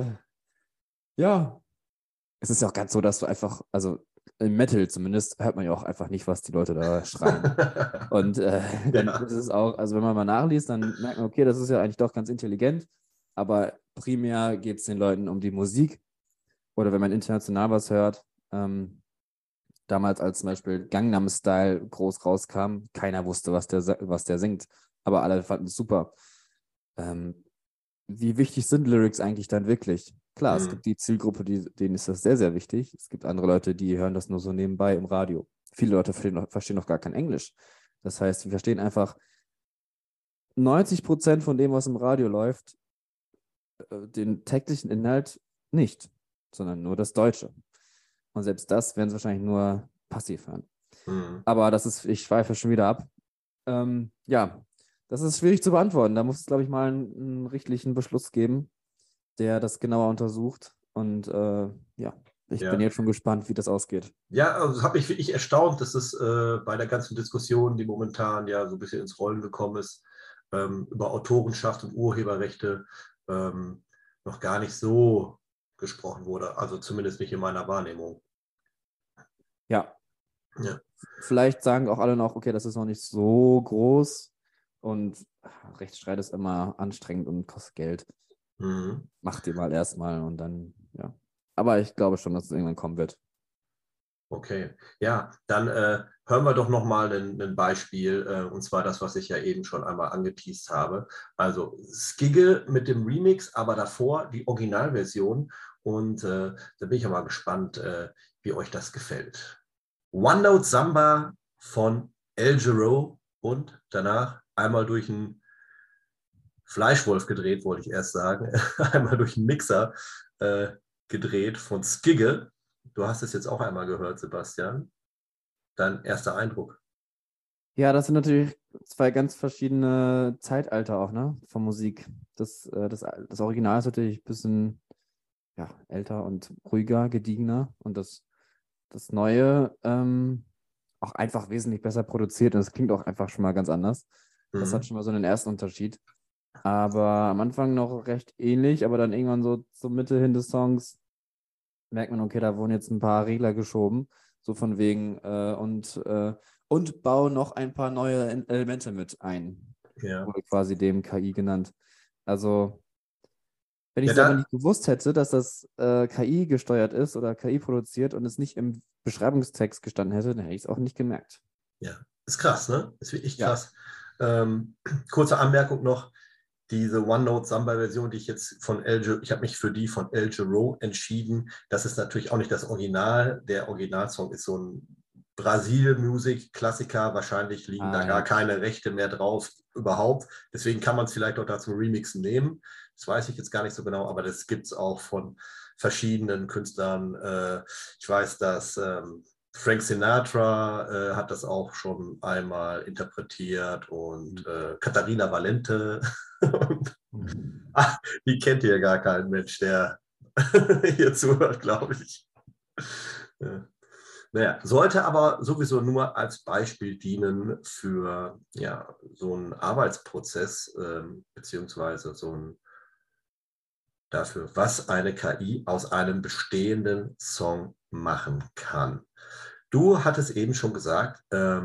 ja. Es ist ja auch ganz so, dass du einfach, also im Metal zumindest, hört man ja auch einfach nicht, was die Leute da schreien. Und dann ist es auch, also wenn man mal nachliest, dann merkt man, okay, das ist ja eigentlich doch ganz intelligent, aber primär geht es den Leuten um die Musik. Oder wenn man international was hört, damals als zum Beispiel Gangnam Style groß rauskam, keiner wusste, was der singt, aber alle fanden es super. Wie wichtig sind Lyrics eigentlich dann wirklich? Klar, es gibt die Zielgruppe, denen ist das sehr, sehr wichtig. Es gibt andere Leute, die hören das nur so nebenbei im Radio. Viele Leute verstehen noch gar kein Englisch. Das heißt, sie verstehen einfach 90% von dem, was im Radio läuft, den täglichen Inhalt nicht, sondern nur das Deutsche. Und selbst das werden sie wahrscheinlich nur passiv hören. Aber ich schweife schon wieder ab. Ja, das ist schwierig zu beantworten. Da muss es, glaube ich, mal einen richtlichen Beschluss geben, der das genauer untersucht. Und ja, ich bin jetzt schon gespannt, wie das ausgeht. Ja, also habe ich wirklich erstaunt, dass es bei der ganzen Diskussion, die momentan ja so ein bisschen ins Rollen gekommen ist, über Autorenschaft und Urheberrechte noch gar nicht so gesprochen wurde. Also zumindest nicht in meiner Wahrnehmung. Ja. Vielleicht sagen auch alle noch, okay, das ist noch nicht so groß und Rechtsstreit ist immer anstrengend und kostet Geld. Macht ihr mal erstmal und dann, ja. Aber ich glaube schon, dass es irgendwann kommen wird. Okay, ja, dann hören wir doch nochmal ein Beispiel, und zwar das, was ich ja eben schon einmal angeteast habe. Also Skigge mit dem Remix, aber davor die Originalversion. Und da bin ich ja mal gespannt, wie euch das gefällt. One Note Samba von El Giro und danach einmal durch ein Fleischwolf gedreht, wollte ich erst sagen. Einmal durch einen Mixer gedreht von Skigge. Du hast es jetzt auch einmal gehört, Sebastian. Dein erster Eindruck. Ja, das sind natürlich zwei ganz verschiedene Zeitalter auch, ne, von Musik. Das Original ist natürlich ein bisschen älter und ruhiger, gediegener und das Neue auch einfach wesentlich besser produziert und es klingt auch einfach schon mal ganz anders. Das hat schon mal so einen ersten Unterschied. Aber am Anfang noch recht ähnlich, aber dann irgendwann so zur Mitte hin des Songs merkt man, okay, da wurden jetzt ein paar Regler geschoben, so von wegen und bau noch ein paar neue Elemente mit ein. Ja. Wurde quasi dem KI genannt. Also, wenn ich Ja, es aber nicht gewusst hätte, dass das KI gesteuert ist oder KI produziert und es nicht im Beschreibungstext gestanden hätte, dann hätte ich es auch nicht gemerkt. Ja, ist krass, ne? Ist wirklich Ja. krass. Kurze Anmerkung noch. Diese OneNote-Samba-Version, die ich jetzt ich habe mich für die von El Giro entschieden. Das ist natürlich auch nicht das Original. Der Originalsong ist so ein Brasil-Musik-Klassiker. Wahrscheinlich liegen da gar keine Rechte mehr drauf überhaupt. Deswegen kann man es vielleicht auch da zum Remixen nehmen. Das weiß ich jetzt gar nicht so genau, aber das gibt es auch von verschiedenen Künstlern. Ich weiß, dass Frank Sinatra hat das auch schon einmal interpretiert und Katharina Valente. Die kennt ihr gar keinen Mensch, der hier zuhört, glaube ich. Ja. Naja, sollte aber sowieso nur als Beispiel dienen für so einen Arbeitsprozess, beziehungsweise dafür, was eine KI aus einem bestehenden Song machen kann. Du hattest eben schon gesagt,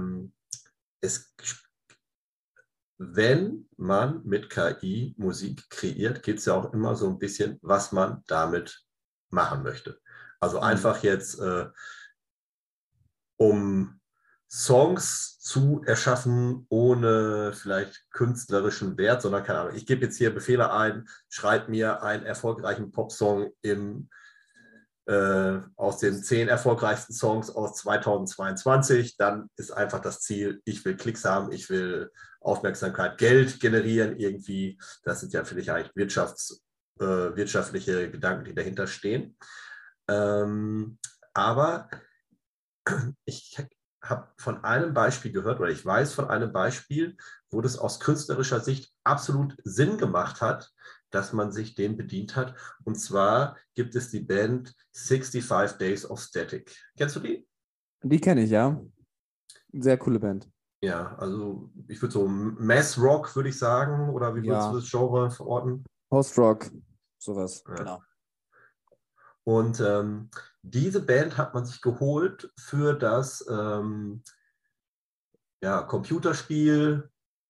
wenn man mit KI Musik kreiert, geht es ja auch immer so ein bisschen, was man damit machen möchte. Also einfach jetzt, um Songs zu erschaffen, ohne vielleicht künstlerischen Wert, sondern keine Ahnung, ich gebe jetzt hier Befehle ein, schreib mir einen erfolgreichen Popsong aus den 10 erfolgreichsten Songs aus 2022, dann ist einfach das Ziel, ich will Klicks haben, ich will Aufmerksamkeit, Geld generieren irgendwie. Das sind ja vielleicht eigentlich wirtschaftliche Gedanken, die dahinter stehen. Aber ich habe von einem Beispiel gehört, oder ich weiß von einem Beispiel, wo das aus künstlerischer Sicht absolut Sinn gemacht hat, dass man sich dem bedient hat. Und zwar gibt es die Band 65 Days of Static. Kennst du die? Die kenne ich, ja. Sehr coole Band. Ja, also ich würde so Math Rock, würde ich sagen, oder wie würdest du das Genre verorten? Post-Rock, sowas, ja. Genau. Und diese Band hat man sich geholt für das Computerspiel,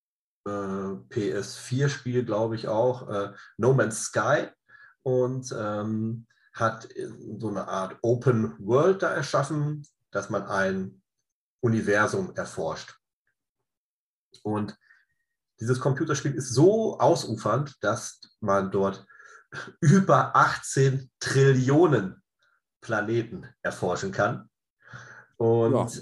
PS4-Spiel, glaube ich auch, No Man's Sky, und hat so eine Art Open World da erschaffen, dass man ein Universum erforscht. Und dieses Computerspiel ist so ausufernd, dass man dort über 18 Trillionen Planeten erforschen kann. Und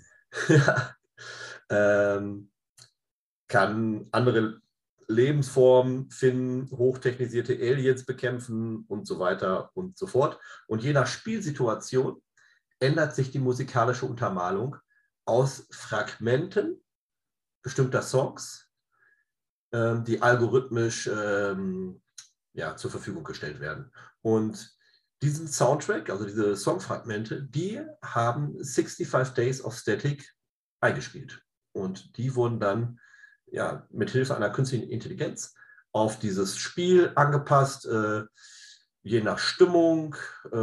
kann andere Lebensformen finden, hochtechnisierte Aliens bekämpfen und so weiter und so fort. Und je nach Spielsituation ändert sich die musikalische Untermalung aus Fragmenten bestimmter Songs, die algorithmisch zur Verfügung gestellt werden. Und diesen Soundtrack, also diese Songfragmente, die haben 65 Days of Static eingespielt. Und die wurden dann mit Hilfe einer künstlichen Intelligenz auf dieses Spiel angepasst. Je nach Stimmung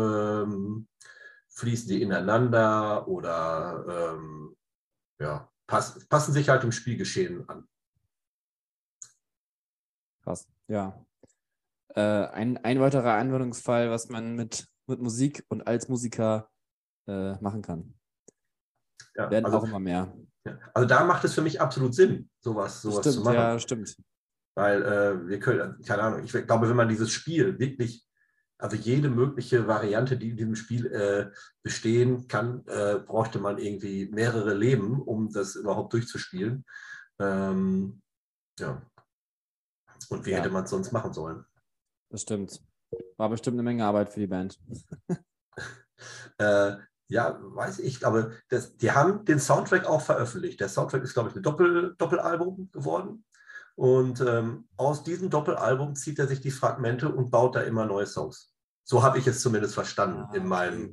fließen die ineinander oder passen sich halt dem Spielgeschehen an. Krass, ja. Ein weiterer Anwendungsfall, was man mit Musik und als Musiker machen kann. Ja, werden auch immer mehr. Ja. Also da macht es für mich absolut Sinn, sowas zu machen. Ja, stimmt. Weil wir können, keine Ahnung, ich glaube, wenn man dieses Spiel wirklich, also jede mögliche Variante, die in diesem Spiel bestehen kann, bräuchte man irgendwie mehrere Leben, um das überhaupt durchzuspielen. Und wie Ja. hätte man es sonst machen sollen? Das stimmt. War bestimmt eine Menge Arbeit für die Band. Ja, weiß ich, aber die haben den Soundtrack auch veröffentlicht. Der Soundtrack ist, glaube ich, ein Doppelalbum geworden. Und aus diesem Doppelalbum zieht er sich die Fragmente und baut da immer neue Songs. So habe ich es zumindest verstanden in meinem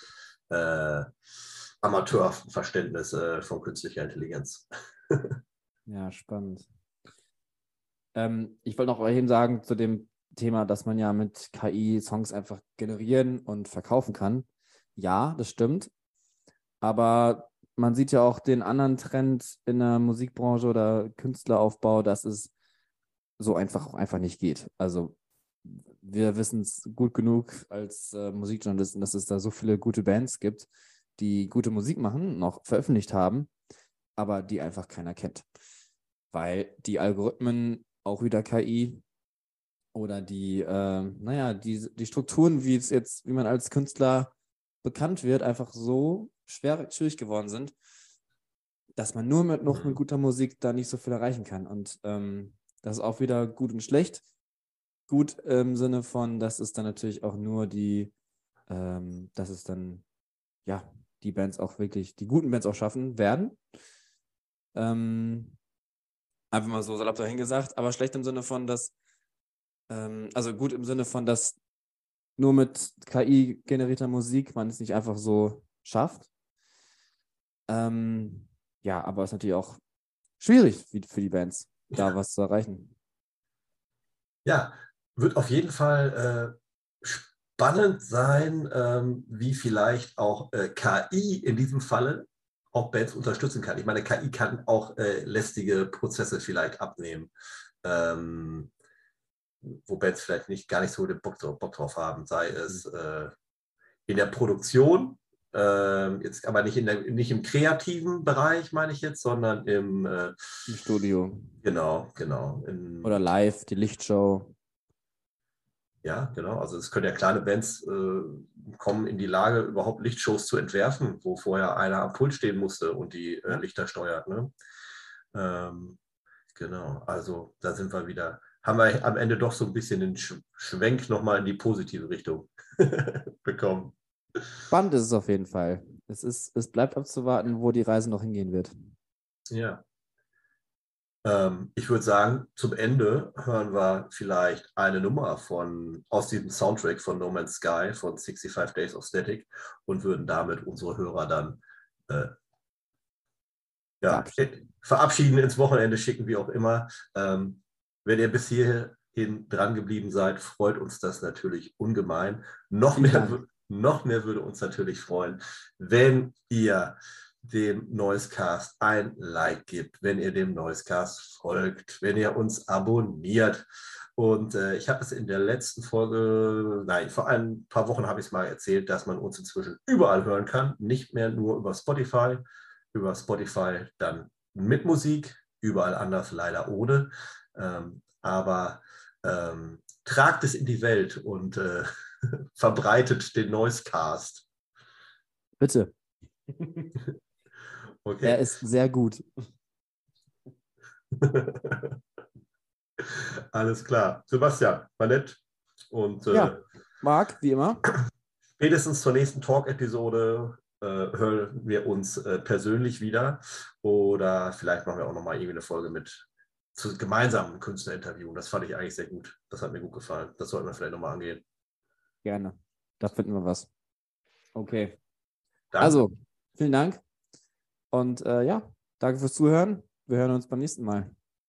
Amateurverständnis von künstlicher Intelligenz. Ja, spannend. Ich wollte noch eben sagen zu dem Thema, dass man ja mit KI Songs einfach generieren und verkaufen kann. Ja, das stimmt. Aber man sieht ja auch den anderen Trend in der Musikbranche oder Künstleraufbau, dass es so einfach auch einfach nicht geht. Also wir wissen es gut genug als Musikjournalisten, dass es da so viele gute Bands gibt, die gute Musik machen, noch veröffentlicht haben, aber die einfach keiner kennt. Weil die Algorithmen, auch wieder KI, oder die Strukturen, wie man als Künstler bekannt wird, einfach so schwierig geworden sind, dass man nur mit guter Musik da nicht so viel erreichen kann. Und das ist auch wieder gut und schlecht. Gut im Sinne von, dass es dann natürlich auch nur die Bands auch wirklich, die guten Bands auch schaffen werden. Einfach mal so salopp dahingesagt, aber schlecht im Sinne von, dass also gut im Sinne von, dass nur mit KI-generierter Musik man es nicht einfach so schafft. Aber es ist natürlich auch schwierig für die Bands, da was zu erreichen. Ja, wird auf jeden Fall spannend sein, wie vielleicht auch KI in diesem Falle auch Bands unterstützen kann. Ich meine, KI kann auch lästige Prozesse vielleicht abnehmen, wo Bands vielleicht gar nicht so den Bock drauf haben, sei es in der Produktion, jetzt aber nicht im kreativen Bereich, meine ich jetzt, sondern im Studio. Genau. Oder live, die Lichtshow. Ja, genau. Also es können ja kleine Bands kommen in die Lage, überhaupt Lichtshows zu entwerfen, wo vorher einer am Pult stehen musste und die Lichter steuert. Ne? Genau, also da haben wir am Ende doch so ein bisschen den Schwenk nochmal in die positive Richtung bekommen. Spannend ist es auf jeden Fall. Es bleibt abzuwarten, wo die Reise noch hingehen wird. Ja. Ich würde sagen, zum Ende hören wir vielleicht eine Nummer aus diesem Soundtrack von No Man's Sky von 65 Days of Static und würden damit unsere Hörer dann verabschieden, ins Wochenende schicken, wie auch immer. Wenn ihr bis hierhin dran geblieben seid, freut uns das natürlich ungemein. Noch mehr würde uns natürlich freuen, wenn ihr dem Noisecast ein Like gibt, wenn ihr dem Noisecast folgt, wenn ihr uns abonniert. Und ich habe es in der letzten Folge, vor ein paar Wochen habe ich es mal erzählt, dass man uns inzwischen überall hören kann, nicht mehr nur über Spotify dann mit Musik, überall anders leider ohne. Aber tragt es in die Welt und verbreitet den Noisecast. Bitte. Okay. Er ist sehr gut. Alles klar. Sebastian, war nett. Und Marc, wie immer. Spätestens zur nächsten Talk-Episode hören wir uns persönlich wieder. Oder vielleicht machen wir auch nochmal irgendwie eine Folge zu gemeinsamen Künstlerinterviewen. Das fand ich eigentlich sehr gut. Das hat mir gut gefallen. Das sollten wir vielleicht nochmal angehen. Gerne. Da finden wir was. Okay. Danke. Also, vielen Dank. Und danke fürs Zuhören. Wir hören uns beim nächsten Mal.